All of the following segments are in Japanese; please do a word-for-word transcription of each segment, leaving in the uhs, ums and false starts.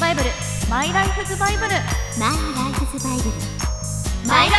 バイブル、マイライフズバイブル、 マイライフズバイブル、 マイラ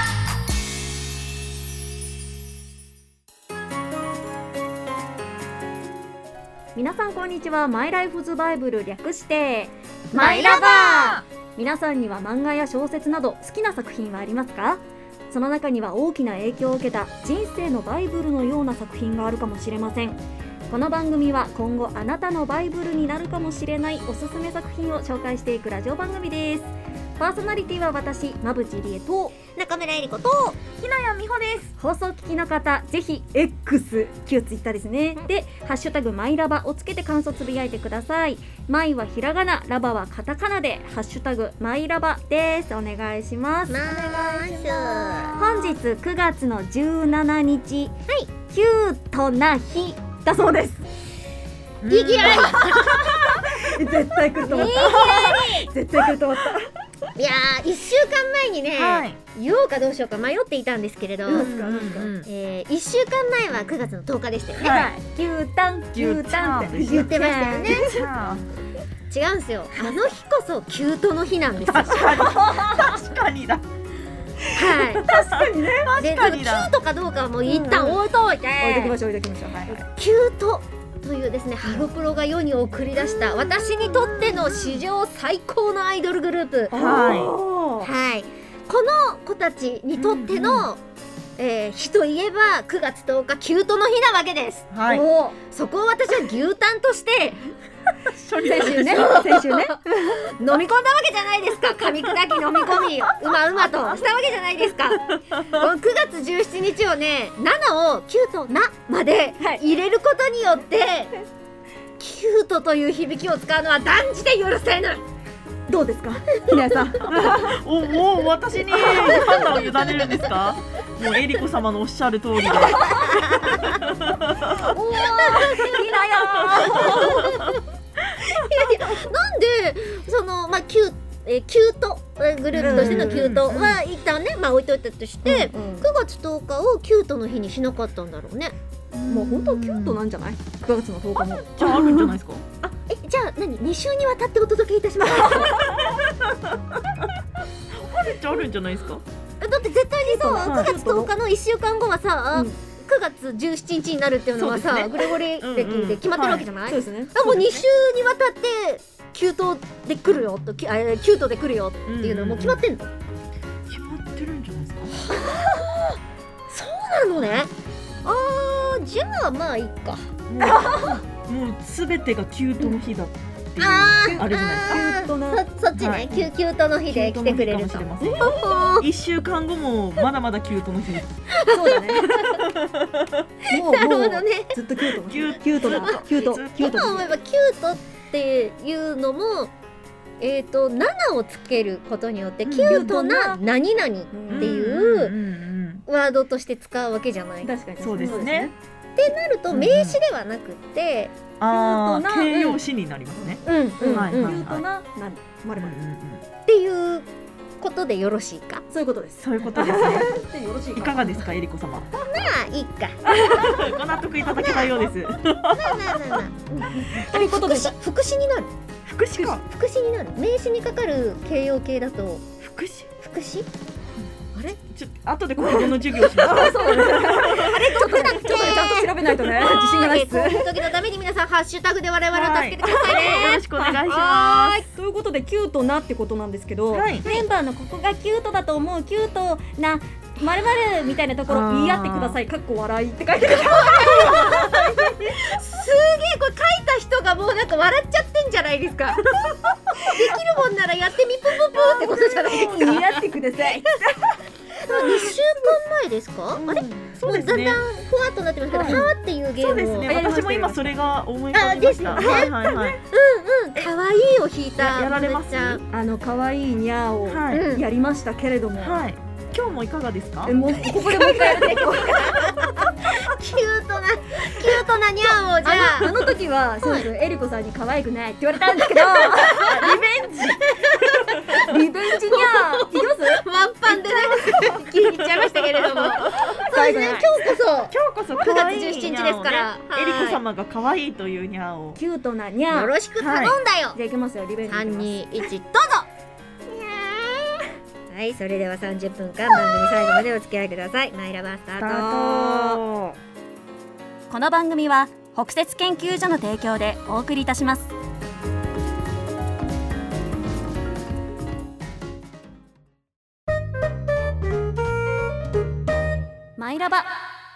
バ。皆さんこんにちは。マイライフズバイブル略してマイラバ。 皆さんには漫画や小説など好きな作品はありますか？その中には大きな影響を受けた人生のバイブルのような作品があるかもしれません。この番組は今後あなたのバイブルになるかもしれないおすすめ作品を紹介していくラジオ番組です。パーソナリティは私、馬淵理恵と中村えりことひなやみほです。 放送聞きの方、ぜひ X、旧ツイッターですね、でハッシュタグマイラバをつけて感想つぶやいてください。マイはひらがな、ラバはカタカナでハッシュタグマイラバです。お願いします。 お願いしま本日くがつのじゅうしちにち、 はい、 キュートな日だそうです。 いきなり絶対来ると思った絶対来ると思ったいやー、いっしゅうかんまえにね、はい、言おうかどうしようか迷っていたんですけれど、 うんうんうんえー、いっしゅうかんまえはくがつのとおかでしたよね、 はい、牛タン牛タンって言ってましたよね違うんですよ、あの日こそキュートの日なんですよ。 確かに確かにだはい、 確かにね。 で、キュートかどうかはもう一旦置いといて、 置いときましょう置いときましょう、はいはい、 キュートというですね、ハロプロが世に送り出した私にとっての史上最高のアイドルグループ、 はい、 はい、この子たちにとっての、うんうんえー、日といえばくがつとおかキュートの日なわけです、 はい、 おそこを私は牛タンとして先週ね先週ね飲み込んだわけじゃないですか。噛み砕き飲み込みうまうまとしたわけじゃないですか。くがつじゅうしちにちをね、ななをキュートなまで入れることによって、はい、キュートという響きを使うのは断じて許せぬ。 どうですかひなやさんおもう私に判断を委ねるんですか？もうえりこ様のおっしゃる通りでおーひなやいやいや、なんでその、まあ、キューえー、キュートグループとしてのキュートは一旦ね、まあ置いといたとして、うんうん、くがつとおかをキュートの日にしなかったんだろうね。 もう本当はキュートなんじゃない？くがつのとおかもじゃああるんじゃないですか？ あ、え、じゃあ何に週にわたってお届けいたしますあるっちゃあるんじゃないですか？ だって絶対にさ、くがつとおかのいっしゅうかんごはさ、うん、くがつじゅうしちにちになるっていうのはさ、ね、グレゴリー歴で決まってるわけじゃない？ そうですね。 もうに週にわたってキュートで来るよと、キュートで来るよっていうのはもう決まってんの？ 決まってるんじゃないですか？ そうなのね。あー、じゃあまあいいか。 もう、もう全てがキュートの日だっていう、 ああれじゃないですか。 キュートなそ, そっちね、はい、キュ、キュートの日で来てくれると。 いっしゅうかんごもまだまだキュートの日。 そうだねもうなるほどね、 ずっとキュートのキュキュートなキュートキュート今思えばキュートっていうのもえーとななをつけることによって、うん、キュートな何々っていうワードとして使うわけじゃない。 確かにそうですね。 ってなると名詞ではなくて、 うん、あー、形容詞になりますね。 うんうんうん、キュートな何丸々 っていうことでよろしいか？ そういうことです。 そういうことですね。 でよろしいか？ いかがですか、えりこ様？ まあいいか。 ご納得いただけたようです。 まあまあまあまあ。 ということで副詞になる。 副詞か。 副詞になる。名詞にかかる形容形だと副詞。 副詞？あれ？ ちょ後で国語の授業します。 あ、そうだね。あれちょっとちょっとちゃんと調べないとね。自信がないです。 こういう時のために皆さんハッシュタグで我々を助けてくださいね。 よろしくお願いします。 ということでキュートなってことなんですけど、 はい、 メンバーのここがキュートだと思うキュートな〇〇みたいなところ言い合ってください。かっこ笑いって書いてある。すげえ、 これ書いた人がもうなんか笑っちゃってんじゃないですか。できるもんならやってみぷぷぷってことじゃないですか。 言い合ってください。 にしゅうかんまえですか？あれ？ そうですね。 だんだんふわっとなってますけど、はーっていうゲームを。 そうですね。私も今それが思い浮かびました。 あ、ですよね。 はいはいはい。 うんうん。可愛いを引いた。 やられます？ あの可愛いニャーをやりましたけれども。 はい。今日もいかがですか？ え、もうここでもう一回やる。 キュートなキュートなニャーをじゃあ。 あの時はそうです。えりこさんに可愛くないって言われたんですけど、リベンジ。リベンジニャーいきます？ ワンパンでね、言っちゃいましたけれども。そうそうですね、今日こそ今日こそ可愛いくがつじゅうしちにちですから、 にゃおをね、えりこ様が可愛いというにゃおをキュートなにゃー。 よろしく頼んだよ。 じゃあいきますよ、リベンジ。 さんにいちどうぞ。はい、それではさんじゅっぷんかん番組最後までお付き合いください。マイラバースタスタート。 ート。 この番組は北雪研究所の提供でお送りいたします。マイラバ。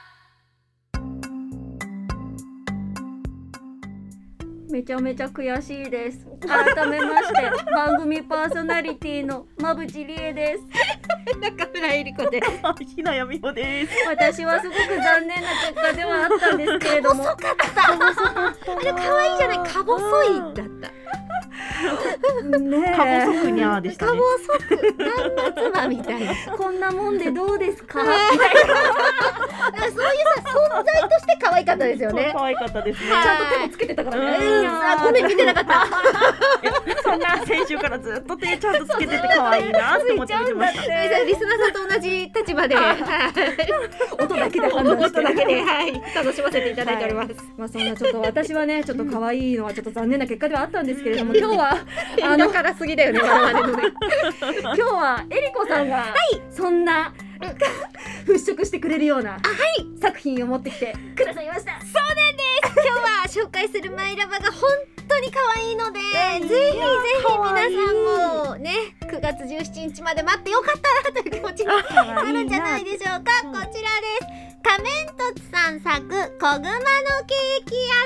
めちゃめちゃ悔しいです。改めまして番組パーソナリティの馬淵理恵です。 中村えりこです。 ひなやみほです。 私はすごく残念な結果ではあったんですけれども、 か細かったあれ可愛いじゃない、か細いだった。 ねえ、 か細くにゃーでしたかね。 細く何の妻みたいな。 こんなもんでどうですか。 なんかそういうさ存在として可愛かったですよね。 可愛かったですね。 はいちゃんと手もつけてたからね。 うんうん、あ、ごめん見てなかった。 いやそんな先週からずっと手ちゃんとつけてて可愛いなって思って見てました。 リスナーさんと同じ立場で、はい、 音だけで判断して音だけで、はい、楽しませていただいております。 まあそんなちょっと私はねちょっと可愛いのはちょっと残念な結果ではあったんですけれども、今日はあのだからすぎだよね。我々のね。 今日はえりこさんがそんな払拭してくれるような作品を持ってきてくださいました。 そうなんです。今日は紹介するマイラバが本当に可愛いので、ぜひぜひ皆さんもね、くがつじゅうしちにちまで待ってよかったなという気持ちになるんじゃないでしょうか。こちらです。仮面凸さん作小熊のケーキ屋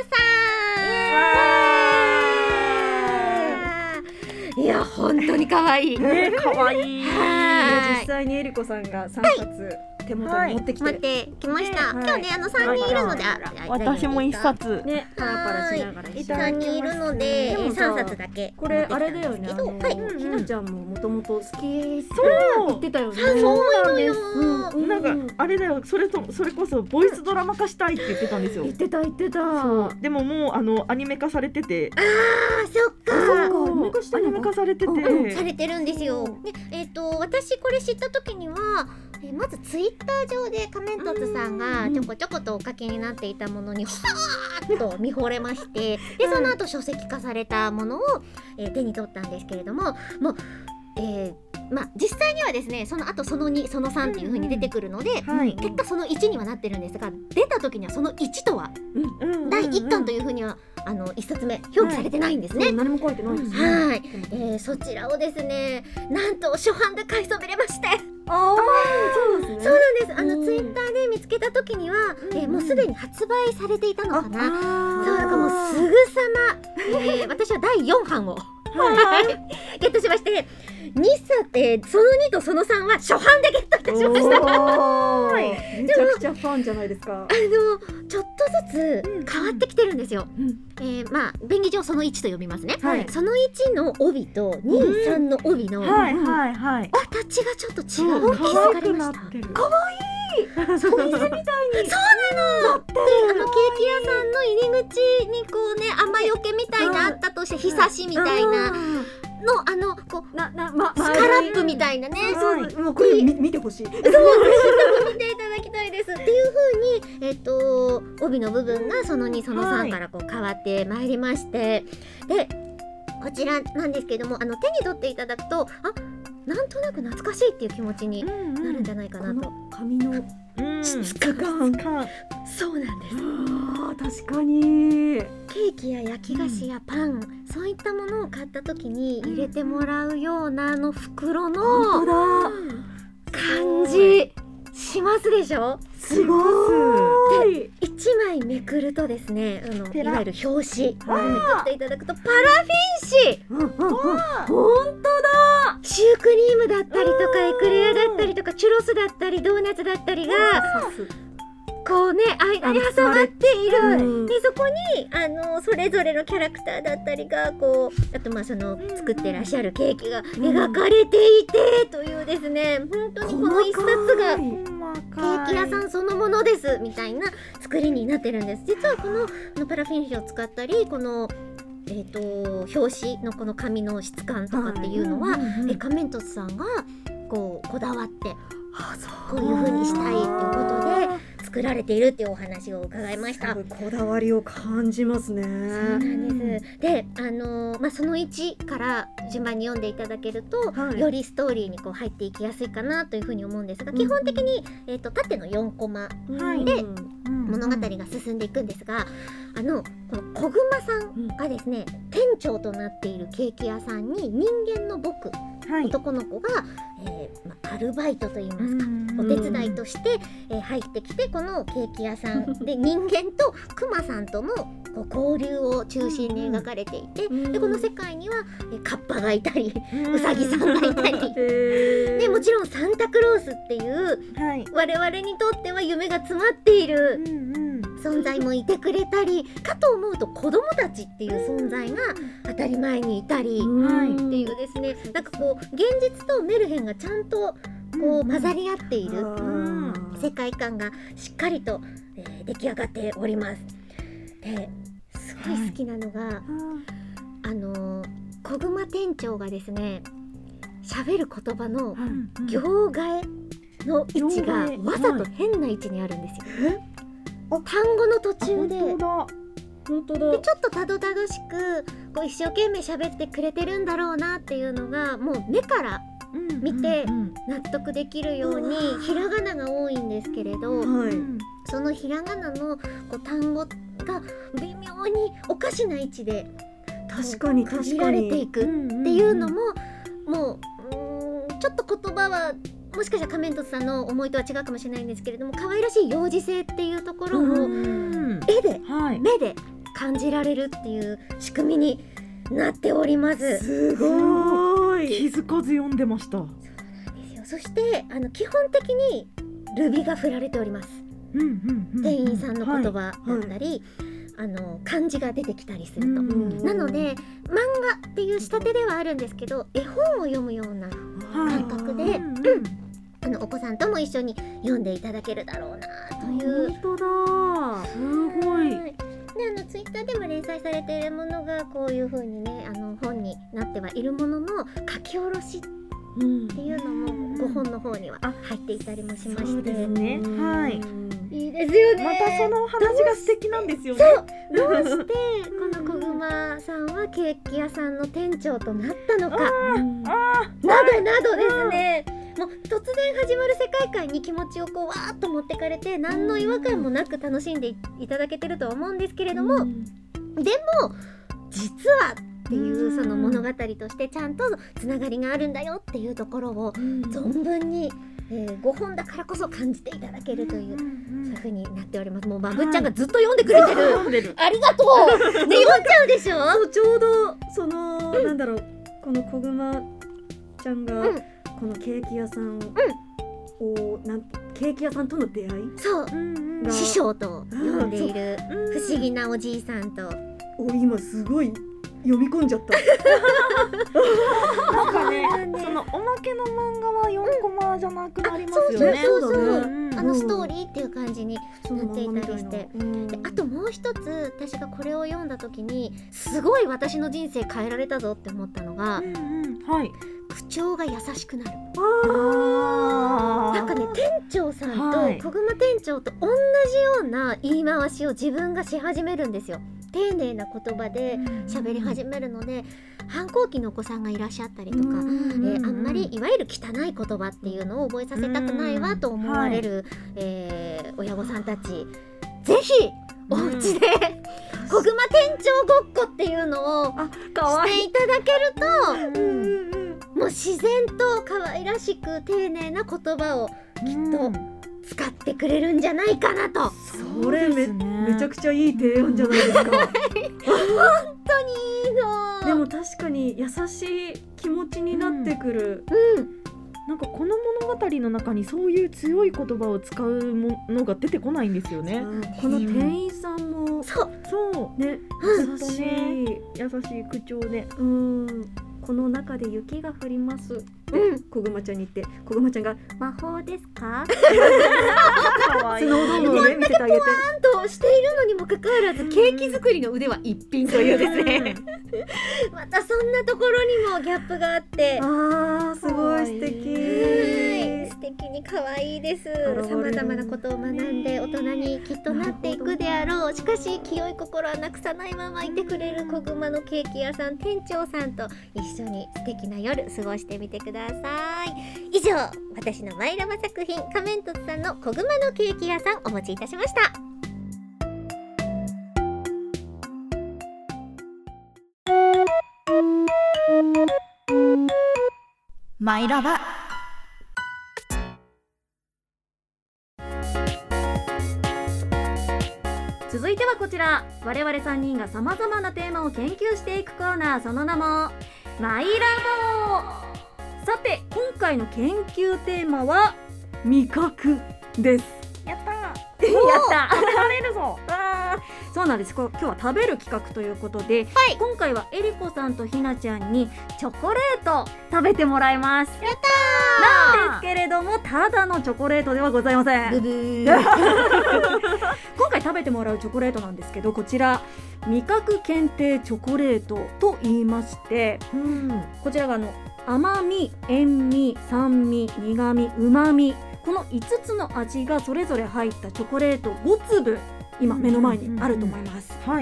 さん。いや本当に可愛い。 ね、可愛い。 はい実際にえりこさんがさんさつ手元に持ってき待て、 ってきました。 はい今日ねあのさんにんいるので、あ私も一。冊。 ねパラパラしながら一緒さんに。 にんいるのででもささんさつだけ。 これあれだよね、あのはい。 ひなちゃんももともと好きってそう言ってたよね。 そうなのよ。 うんなんかあれだよ、それとそれこそボイスドラマ化したいって言ってたんですよ言。ってた言ってた。 そうでももうあのアニメ化されてて、 あーそっか。 そっかアニメ化してアニるのかメ化されてて、 うんされてるんですよ。で、えっ、と私これ知った時には、えーまずツイッター上で仮面凸さんがちょこちょことお書きになっていたものにはーっと見惚れまして、でその後書籍化されたものを、えー手に取ったんですけれども、もう、えーまあ実際にはですね、その後そのにそのさんっていう風に出てくるので、 はい。 結果そのいちにはなってるんですが、出た時にはそのいちとはうんだいいっかんという風にはあのいっさつめ表記されてないんですね。 そう何も書いてないですね。 はい、えー、そちらをですね、なんと初版で買いそびれまして、 ああそうですね。 そうなんです。あうんのツイッターで見つけた時には、えーもうすでに発売されていたのかな。 あそうだからもうすぐさま、えー、私はだいよんはんをゲットしまして、にさってそのにとそのさんは初版でゲットいたしました。 おーはいめちゃくちゃファンじゃないですか。 あのちょっとずつ変わってきてるんですよ。 うんえー、まあ便宜上そのいちと読みますね。 はいそのいちの帯とに、さんの帯のはいはいはい。 形がちょっと違そううの気づ可愛くかれました。 なってる。 そうみたいに。そうなの。で、あのケーキ屋さんの入り口にこうね、雨よけみたいなあったとして、ひさしみたいなの、あのこうななまスカラップみたいなね。 そうそうもうこれ見見てほしい。 そう、見ていただきたいです。っていう風に、えっと帯の部分がそのに、そのさんからこう変わってまいりまして、で、こちらなんですけども、あの手に取っていただくと、あ、なんとなく懐かしいっていう気持ちになるんじゃないかなと。 この髪のうん。 質感。 かそうなんです。 あー確かに。 ケーキや焼き菓子やパン、そういったものを買った時に入れてもらうようなあの袋本当のだ。 感じしますでしょ。 すごい。 いちまいめくるとですね、あのペラいわゆる表紙わーをめくっていただくとパラフィン紙、 うんうんうん。 わ本当だ。 シュークリームだったりとかエクレアだったりとかチュロスだったりドーナツだったりがさすこうね間に挟まっている。 うんでそこにあのそれぞれのキャラクターだったりがこう、あとまあその作ってらっしゃるケーキが描かれていてというですね、本当にこの一冊がケーキ屋さんそのものですみたいな作りになってるんです。実はこのあのパラフィン紙を使ったり、このえー、と表紙のこの紙の質感とかっていうのは、え仮面凸さんがこうこだわってこういう風にしたいっていうことで作られているっていうお話を伺いました。 すごいこだわりを感じますね。 そうなんです。で、あのーまあ、そのいちから順番に読んでいただけると、 はい、 よりストーリーにこう入っていきやすいかなというふうに思うんですが、基本的に、えー、と縦のよんコマはいでうん物語が進んでいくんですが、あのこの小熊さんがですね、店長となっているケーキ屋さんに人間の僕、 はい男の子が、えーまあ、アルバイトといいますか、お手伝いとして、えー入ってきて、このケーキ屋さんで人間とクマさんとのこう交流を中心に描かれていて、 うんでこの世界には、えーカッパがいたり、 うんウサギさんがいたりへーでもちろんサンタクロースっていうはい我々にとっては夢が詰まっているうんうん存在もいてくれたり、かと思うと子供たちっていう存在が当たり前にいたり、 はいっていうですね、なんかこう現実とメルヘンがちゃんとこう混ざり合っているうん世界観がしっかりと、えー出来上がっております。ですごい好きなのが、あのー小熊店長がですね、喋る言葉の行替えの位置が行替えわざと変な位置にあるんですよ。単語の途中で本当だ本当だ。 でちょっとたどたどしくこう一生懸命喋ってくれてるんだろうなっていうのがもう目から見てうん納得できるようにひらがなが多いんですけれど、 はい。 そのひらがなのこう単語が微妙におかしな位置で確かに区切確かられていに。 くっていうのももう、うーんちょっと言葉はもしかしたら仮面凸さんの思いとは違うかもしれないんですけれども、可愛らしい幼児性っていうところをうん絵ではい目で感じられるっていう仕組みになっております。 すごい。 気づかず読んでました。 ですよ。そしてあの基本的にルビが振られております。 うんうんうん店員さんの言葉だはいったり、あの漢字が出てきたりすると、 うんなので漫画っていう仕立てではあるんですけど、絵本を読むようなはい感覚で、 うんあのお子さんとも一緒に読んでいただけるだろうなという。 本当だ。 すごい。 はいであのツイッターでも連載されているものがこういう風にね、あの本になってはいるものの書き下ろしうんっていうのもご本の方には入っていたりもしまそうして、 ですねはいいいですよね。 またその話が素敵なんですよね。 どうしてこの小熊さんはケーキ屋さんの店長となったのかうんあなどなどですね、もう突然始まる世界観に気持ちをこうわーっと持ってかれて、何の違和感もなく楽しんでいただけてるとは思うんですけれども、 うんでも実はっていうその物語としてちゃんとつながりがあるんだよっていうところを存分に、えー、ごほんだからこそ感じていただけるという、そういう風になっております。もうまぶっちゃんがずっと読んでくれてる、 読んでる。 ありがとうで読んじゃうでしょ。 そうちょうどその、なんだろう、この小熊ちゃんが、 うんこのケーキ屋さんを、なんケーキ屋さんとの出会いそうが師匠と呼んでいるうん不思議なおじいさんと、 を今すごい読み込んじゃった。 なんかねそうなんですそのおまけの漫画はよんコマじゃなくなりますよね。 そうそうそう、 うんあのストーリーっていう感じにそのなっていたりしてままみたいな。 であともう一つ私がこれを読んだ時にすごい私の人生変えられたぞって思ったのが、 うんうんはい。 口調が優しくなる。 あなんかね店長さんと、 はい小熊店長と同じような言い回しを自分がし始めるんですよ。丁寧な言葉で喋り始めるので、反抗期のお子さんがいらっしゃったりとか、 うんえーあんまりいわゆる汚い言葉っていうのを覚えさせたくないわと思われる、えー親御さんたち、ぜひお家で小熊店長ごっこっていうのをあ、かわいい。 していただけると、 うんもう自然と可愛らしく丁寧な言葉をきっと使ってくれるんじゃないかなと。 それめ、めちゃくちゃいい提案じゃないですか。 本当にいいの。 でも確かに優しい気持ちになってくる。 うんなんかこの物語の中にそういう強い言葉を使うものが出てこないんですよね。 この店員さんもそうそうね、 うん優しい。 優しい口調で。 うん。この中で雪が降ります。 うん小熊ちゃんに言って、小熊ちゃんが魔法ですか？ 可愛いスノードームをね見せてあげて。 としているのにもかかわらずケーキ作りの腕は一品というですねまたそんなところにもギャップがあって、 あーすごい素はい敵。 素素敵に可愛いです。 るほどさまざまなことを学んで大人にきっとなっていくであろう。しかし清い心はなくさないままいてくれる小熊のケーキ屋さん店長さんと一緒に素敵な夜過ごしてみてください。以上、私のマイラバ作品仮面凸さんの小熊のケーキ屋さんお持ちいたしました。 マイラバ。 続いてはこちら、我々さんにんがさまざまなテーマを研究していくコーナー、その名もマイラボ。さて今回の研究テーマは味覚です。 やったー。 やった食べられるぞ。 あーそうなんです。こ今日は食べる企画ということで、 はい、 今回はえりこさんとひなちゃんにチョコレート食べてもらいます。 やったなんですけれども、ただのチョコレートではございません。 ブブー今回食べてもらうチョコレートなんですけど、こちら味覚検定チョコレートと言いまして、 うん、 こちらがあの甘み、塩味、酸味、苦味、うまみ、このいつつの味がそれぞれ入ったチョコレートごつぶ今目の前にあると思います。 はい。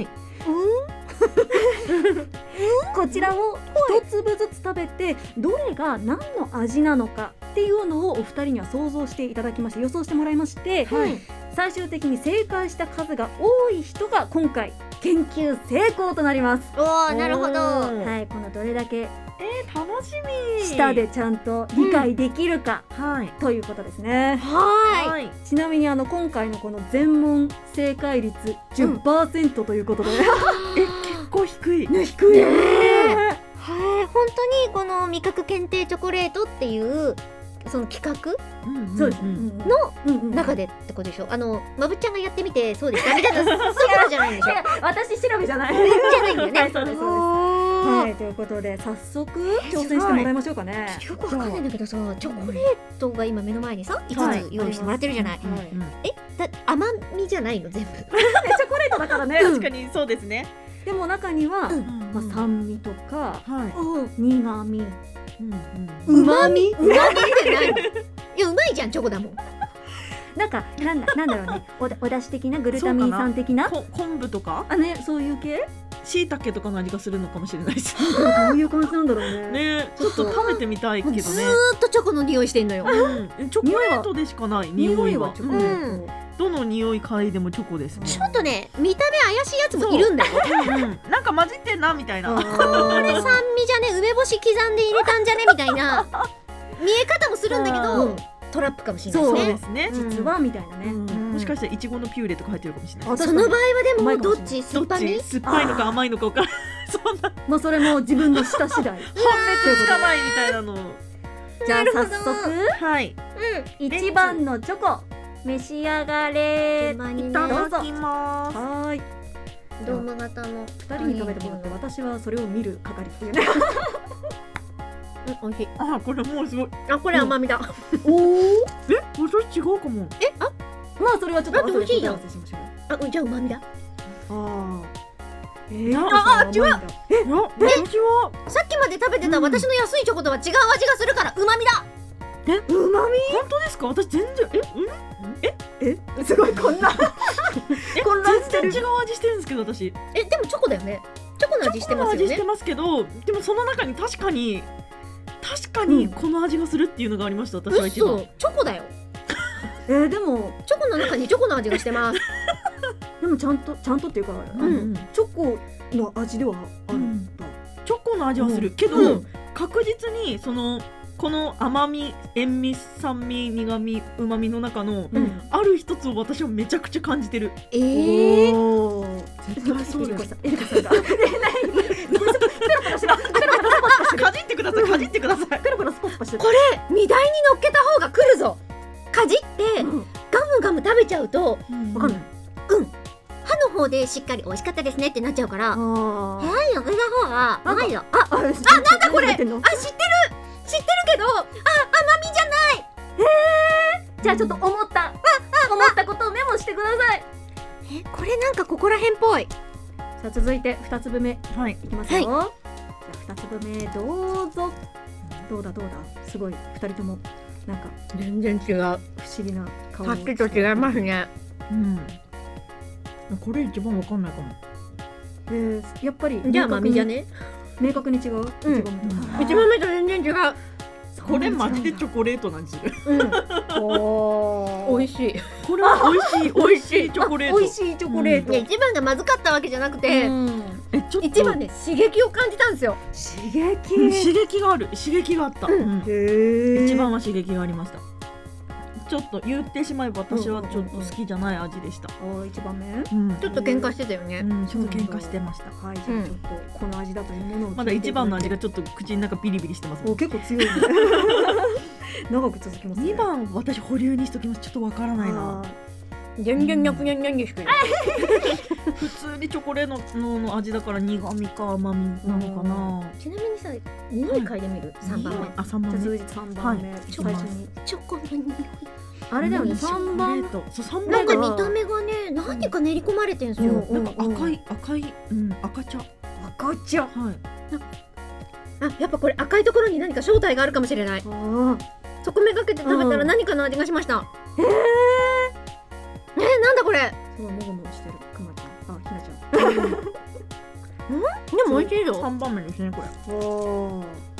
こちらを一粒ずつ食べてどれが何の味なのかっていうのをお二人には想像していただきまして、予想してもらいまして、 はい、 最終的に正解した数が多い人が今回研究成功となります。 おー、なるほど。 はい、このどれだけえー、楽しみ。 舌でちゃんと理解できるか、 うん、はい、 ということですね。 ははい。 ちなみにあの今回のこの全問正解率 じゅっパーセント ということで、 え、結構低い。 ね、低いよね。 はい、本当にこの味覚検定チョコレートっていうその企画そうです、 の中でってことでしょ。あのまぶっちゃんがやってみてそうでしたみたいなそういうことじゃないんでしょ。 私調べじゃない。 じゃないんだよね。 はい、そうですそうです。はい、ということで早速挑戦してもらいましょうかね。 よくわかんないんだけどさ、チョコレートが今目の前にさいつつ用意してもらってるじゃない。え、だ甘みじゃないの全部。 チョコレートだからね。 確かにそうですね。 でも中にはまあ酸味とか苦味、うまみ、 うまみってないの。いや、うまいじゃん、チョコだもん。 なんかなんだなんだろうね、おだおだし的なグルタミン酸的なこ昆布とかあね、そういう系、 椎茸とかの味がするのかもしれないです。 どういう感じなんだろうね。 ね、ちょっと食べてみたいけどね。 ずーっとチョコの匂いしてんのよ。 うん、チョコレートでしかない匂いは。 チョコレート。 どの匂い嗅いでもチョコですね。 ちょっとね、見た目怪しいやつもいるんだよ。 うん、なんか混じってんなみたいな。 これ酸味じゃね、梅干し刻んで入れたんじゃねみたいな見え方もするんだけど、トラップかもしれないですね。 そうですね。 実はみたいなね。 もしかしたらイチゴのピューレとか入ってるかもしれない。 その場合はでもどっち酸っぱみ？ 酸っぱいのか甘いのか分からない。そんな。 まあそれも自分の舌次第。 判別つかないみたいなの。 じゃあ早速、 はい。 一番のチョコ召し上がれ。 いただきます。 はい。 ドーム型の二人に食べてもらって私はそれを見る係っていうね。 おいしい。 あ、これもうすごい。 あ、これ甘みだ。 おお。 え、それ違うかも。 え、あ、 まあそれはちょっと後で答え合わせしましょう。 あ、じゃあ旨味だ。 ああ。 えー、ああ、違う。 え、私はさっきまで食べてた私の安いチョコとは違う味がするから旨味だ。 え、うまみ？本当ですか？私全然え、うん？え、 え、すごいこんな混乱してる。全然違う味してるんですけど私。 え、でもチョコだよね。チョコの味してますよね。 チョコの味してますけど、でもその中に確かに確かにこの味がするっていうのがありました。私は一番。 チョコだよ。 えー、でもチョコの中にチョコの味がしてます。 でもちゃんとちゃんとっていうか、うん、チョコの味ではあるんだ。 チョコの味はするけど、確実にそのこの甘み、塩味、酸味、苦味、うまみの中の、うん、ある一つを私はめちゃくちゃ感じてる。 えー、 お絶対そうです。 エリカさんがかじってください、かじってください。 ペロペロスポスポしてこれ荷台に乗っけた方が来るぞ。かじって、うん、ガムガム食べちゃうと、 うん、わかんない。 うん。歯の方でしっかり美味しかったですねってなっちゃうから、部屋に置いた方がうまいよ。あ、あ、なんだこれ。あ、知ってる。知ってるけど、あ、甘みじゃない。 へー。じゃあちょっと思った、思ったことをメモしてください。 え、これなんかここら辺っぽい。 さあ続いて二粒目、はい、いきますよ。はい、じゃあ二粒目どうぞ。どうだどうだ。すごい二人ともなんか全然違う。 不思議な香り。 さっきと違いますね。 うんこれ一番わかんないかも。 えー、やっぱりじゃあまみじゃねね。 明確に違う、 うんいちごめといちばんめと全然違う。 これマジでチョコレートなんでする。 うん。 お美味しい。 これは美味しい美味しいチョコレート。 美味しいチョコレート、 ね、一番がまずかったわけじゃなくて、 うんえちょっと一番ね刺激を感じたんですよ。 刺激、 うん刺激がある刺激があった。 うんうんへー一番は刺激がありました。ちょっと言ってしまえば私はちょっと好きじゃない味でした。 おー一番目、 うんちょっと喧嘩してたよね。 うんちょっと喧嘩してました。 はい、じゃあちょっとこの味だというものを聞いていただいて、 まだ一番の味がちょっと口の中ビリビリしてます。 お結構強いね長く続きますね。 にばん私保留にしときます。ちょっとわからないな。 全然にゃくにゃにゃんですけど。 普通にチョコレートのの味だから苦味か甘みなのかな。 ちなみにさ、匂い嗅いでみる。三番目。 あ三番目。 じゃあ数字さんばんめ、 はい最初にチョコの匂い。 あれだよね、 チョコレさんばんートそう三なん番か見た目がね、何か練り込まれてんすよ。 うんなんか赤い赤いうん赤茶。 赤茶。 はい。 あ、やっぱこれ赤いところに何か正体があるかもしれない。 あそこめがけて食べたら何かの味がしました。えー、えー、なんだこれ。 あ、そうもごもごしてるくまちゃん、あ、ひなちゃん。 でも美味しいよ。 三番目ですねこれ。 おー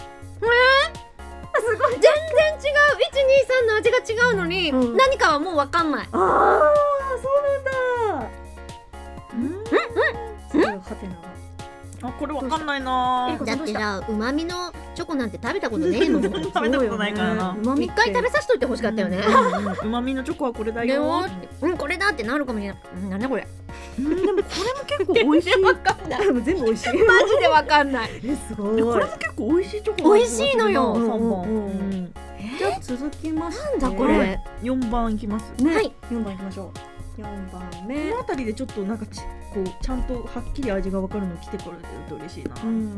すごい。全然違う。一二三の味が違うのに、 うん何かはもうわかんない。 ああ、そうなんだ。 うんすごいハテナが。 あこれわかんないなえ。 だってさ、うまみのチョコなんて食べたことねえもん。 食べたことないからな。 うまみ一回食べさせといてほしかったよね。 うまみのチョコはこれだよでもって。 うん、これだってなるかもしれない。うん、なんだこれ。 うんでもこれも結構美味しい。 わかんない。 でも全部美味しい。 マジでわかんない。 え、すごい。 これも結構美味しいチョコ。 美味しいのよ三番。 うんうんうんうんじゃあ続きまして、 なんだこれ。 四番いきます。 ね、 はい四番いきましょう。四番こ目。 のあたりでちょっとなんかちこうちゃんとはっきり味がわかるの来てくれると嬉しいな。 うん。 うん。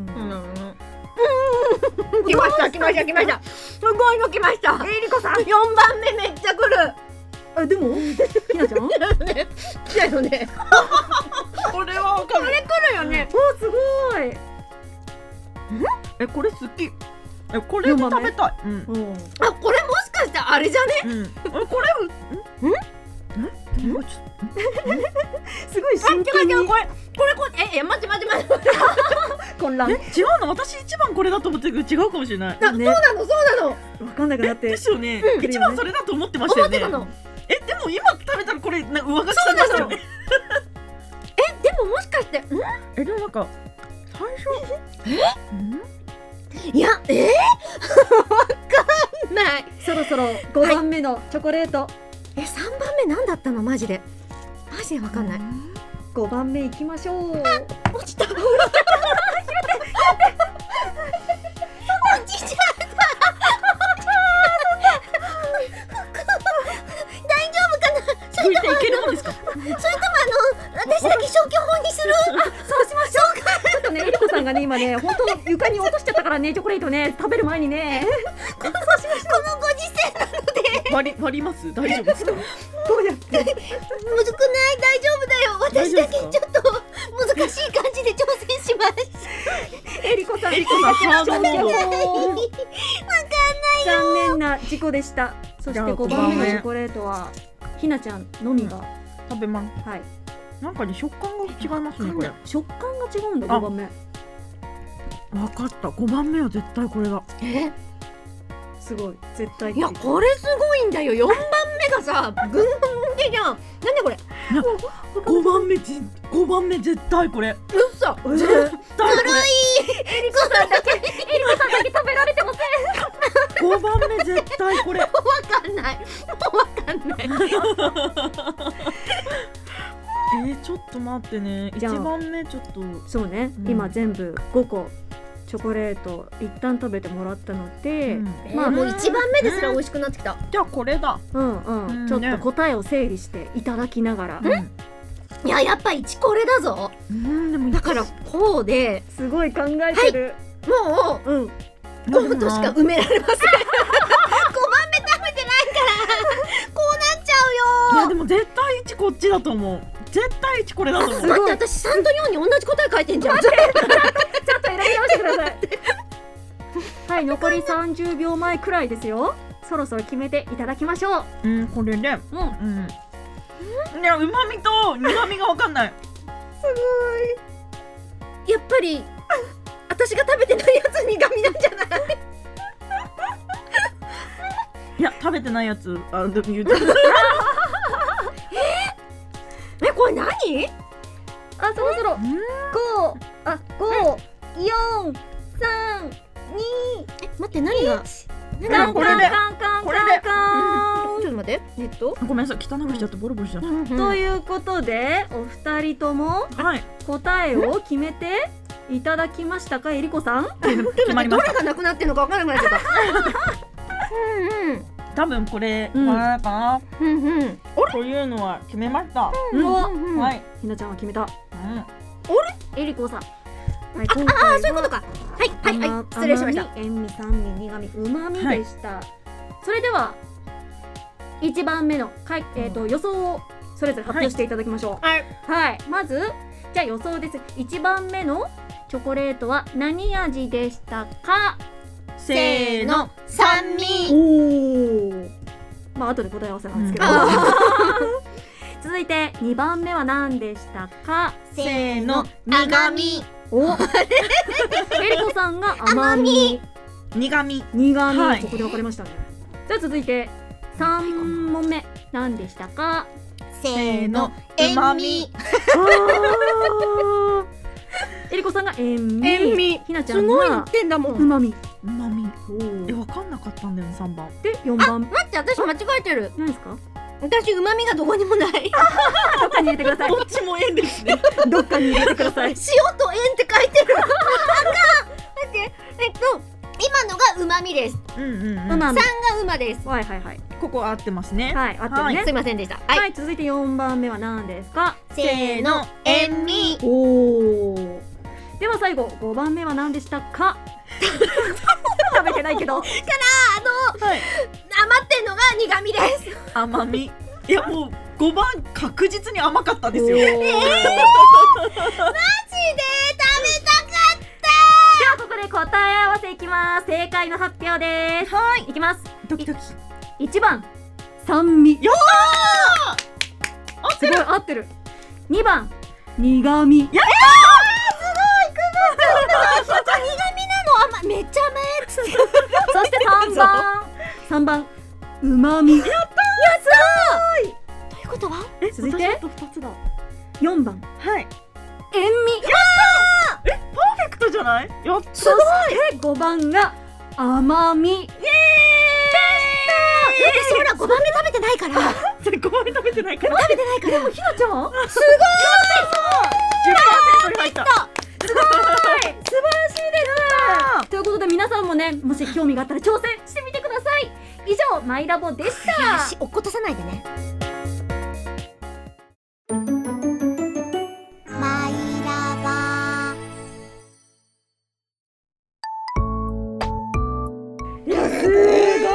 来ました来ました来ました。すごいの来ました。 えりこさん。 四番目めっちゃ来る。 あ、でもひなちゃん？お、 来たよね。 これはわかる。 来るよね。 すごい。 えこれ好き。えこれも食べたい。うん。 うん。 あ、これもしかしてあれじゃね。 うん。えこれん？ん？え？もうちょすごいあ、違う真剣に違う、これこれこれええ待って待って待って。 混乱。 え違うの私一番これだと思ってるけど違うかもしれない。 あ、そうなのそうなの。 わかんなくなってで。すよね。 うん一番それだと思ってましたよね。 思ってたの。 えでも今食べたらこれなんか上書きされましたよね。 え、でももしかして、ん？ えでもなんか最初え？ いや、えー、わかんない。 そろそろごばんめのチョコレート。 え、三番目なんだったのマジで。マジでわかんない。 ごばんめいきましょう。 落ちた。落ちちゃった。大丈夫かな。そ拭いれともていけるもんですか？ それともあの私だけ消去法にする。 そうしましょうか。ちょっとね、えりこさんがね、今ね、本当床に落としちゃったからね、チョコレートね、食べる前にね。 このご時世なので割り割ります大丈夫ですか？ どうやって。 むずくない。大丈夫だよ。私だけちょっと難しい感じで挑戦します。 えりこさん、 えりこさんハードモード。 わかんないよ。 残念な事故でした。そしてじゃあごばんめのチョコレートはひなちゃんのみが、 食べます。 はい。 なんかね食感が違いますねこれ。 食感が違うんだ。 あごばんめ。 わかった。ごばんめは絶対これだ。 え、 すごい、絶対。 いやこれすごいんだよ。四番目がさ、ぐんぐんでじゃん。なんでこれ。 ごばんめじごばんめ絶対これ。 うっそ。 えー絶対こえりこさんだけ。 えりこさんだけ食べられてません。 れ。ごばんめ絶対これ。 わかんない。もうわかんない。 えー、ちょっと待ってね。一じゃあ番目ちょっと。 そうね、 うん今全部ごこチョコレート一旦食べてもらったので、 うんまあもう一番目ですら美味しくなってきた。 じゃあこれだ。 うんうん、 うんちょっと答えを整理していただきながら、 うん。 いややっぱ一これだぞ。 うんでもだからこうで、 すごい考えてる、 もううん、 こうとしか埋められません。ごばんめ食べてないからこうなっちゃうよ。 いやでも絶対一こっちだと思う。絶対一これだと思う。 すごい待って、私さんとよんに同じ答え書いてんじゃん。 ちょっと選び直してくださいはい、残りさんじゅうびょうまえくらいですよ。 そろそろ決めていただきましょう。 うん、これで、 うん、 うん、いや、旨味と苦味が分かんない。 すごい。やっぱり私が食べてないやつ苦味なんじゃない？ いや、食べてないやつ、あ、でも言うてええ、これ何？ あ、そろそろご、あ、ご、よん、さん、に、 え、待って、何がカンカンこれでカンカンこれでカンちょっと待って、えっとごめんなさい、汚くしちゃってボロボロしちゃった。 ということでお二人ともはい、 答えを決めていただきましたか、えりこさん。 決まりました。 どれがなくなってんのか分からなくなっちゃったうんうん、 多分これ、 うんわからないかな。 うんうん、 というのは決めました。 うん、 うん、 はい、 ひなちゃんは決めた。 うん、 えりこさん、はい、 あ、 今回はあ、そういうことか。はいはいはい、失礼しました。 甘み、塩味、酸味、苦味、うまみでした、はい。それではいちばんめのかい、えーと、予想をそれぞれ発表していただきましょう。 はい、 はい、まずじゃあ予想です。いちばんめのチョコレートは何味でしたか？ せーの、 酸味。 おお。まあ後で答え合わせなんですけど。 うん、 続いてにばんめは何でしたか？ せーの、苦味。 お、えりこさんが甘み、 苦味、 苦味、 はい、 ここで分かりましたね。じゃあ続いてさんもんめ何でしたか？ せーの、塩味。 えりこさんが塩味、 塩味、 ひなちゃんすごい言がってんだもん。 うまみ、 うまみ。え、分かんなかったんだよね、さんばんでよんばん。 待って、私間違えてる。 何ですか？ 私旨味がどこにもない。 どっかに入れてください。 どっちも円ですね。 どっかに入れてください。 塩と塩って書いてる。あかん。待って、えっと今のが旨味です。 うんうんうん。 うまみ。 さんが馬です。 はいはいはい。 ここ合ってますね。 はい、合ってるね。 すいませんでした。 は、 はいい、 続いてよんばんめは何ですか？ せーの、塩味。 おお。では最後ごばんめは何でしたか？食べてないけど。 からあの、 はい、 余ってんのが苦味です。 甘み。いや、もうごばん確実に甘かったですよ。えー、マジで食べたかった。 ではここで答え合わせいきます。正解の発表です。 はい、 いきます。 ドキドキ。 いちばん酸味。 やったー。合ってる。 すごい合ってる。にばん苦味。 やったー。すごい、くまちゃん。苦味なの。甘、めっちゃ甘いやつ。 そしてさんばんさんばんうまみ。やったー。 すごい。ということは？ え、 続いて私あとふたつだ。 よんばんはい。 塩味。 やったー。え、パーフェクトじゃない？やった。 そしてごばんが甘み。イエーイ。 私ほらごばんめ食べてないから。 それごばんめ食べてないから。 食べてないから。 でもひなちゃんすごい。 じゅっパーセントに入った。 すごい。素晴らしいです。ということで皆さんもね、もし興味があったら挑戦してみてください。以上マイラボでしたよし、落っことさないでね。マイラバ。 いや、すごい。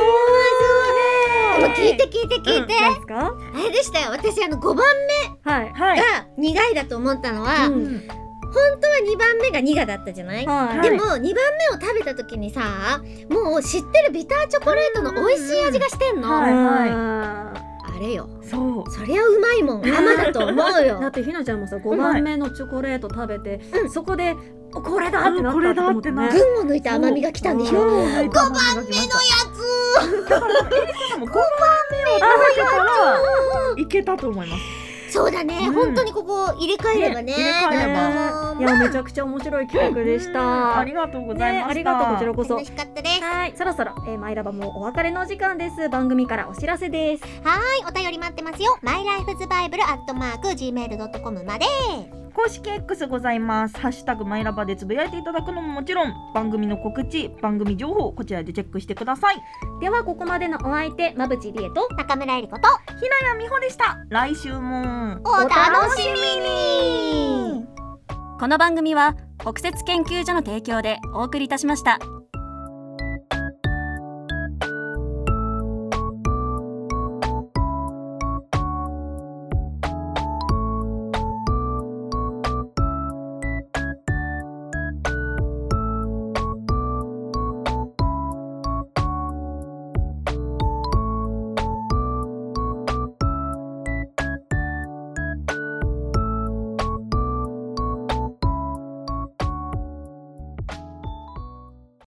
聞いて聞いて聞いて、 何ですか？ あれでしたよ。私あのごばんはいめはい。 が苦いだと思ったのは、 うんうん本当はにばんめが苦だったじゃない、 はい。 でもにばんめを食べた時にさ、もう知ってるビターチョコレートの美味しい味がしてんの、 はいはいあれよ。 そう。 そりゃうまいもん。甘だと思うよ。 だってひなちゃんもさごばんめのチョコレート食べて、 うんそこでこれだってなったって思ってね。 これだってな群を抜いた甘みが来たんでしょ。 そうごばんめのやごばんめのつ。 だからエリカさんもごばんめを食べてからいけたと思います。 そうだね、 うん、 本当にここ入れ替えればね。 ね入れ替えればばいや、めちゃくちゃ面白い企画でしうんた。 ありがとうございました。 ね、ありがとう、こちらこそ。 楽しかったです。 はい、そろそろ、えー、マイラバもお別れの時間です。番組からお知らせです。 はい、お便り待ってますよ。マイライフズバイブルアットマークジーメールドットコムまで。 公式 X ございます。ハッシュタグマイラバでつぶやいていただくのももちろん、番組の告知、番組情報こちらでチェックしてください。 ではここまでのお相手、まぶちりえと中村えりことひなやみほでした。来週もお楽しみに。 この番組は北雪研究所の提供でお送りいたしました。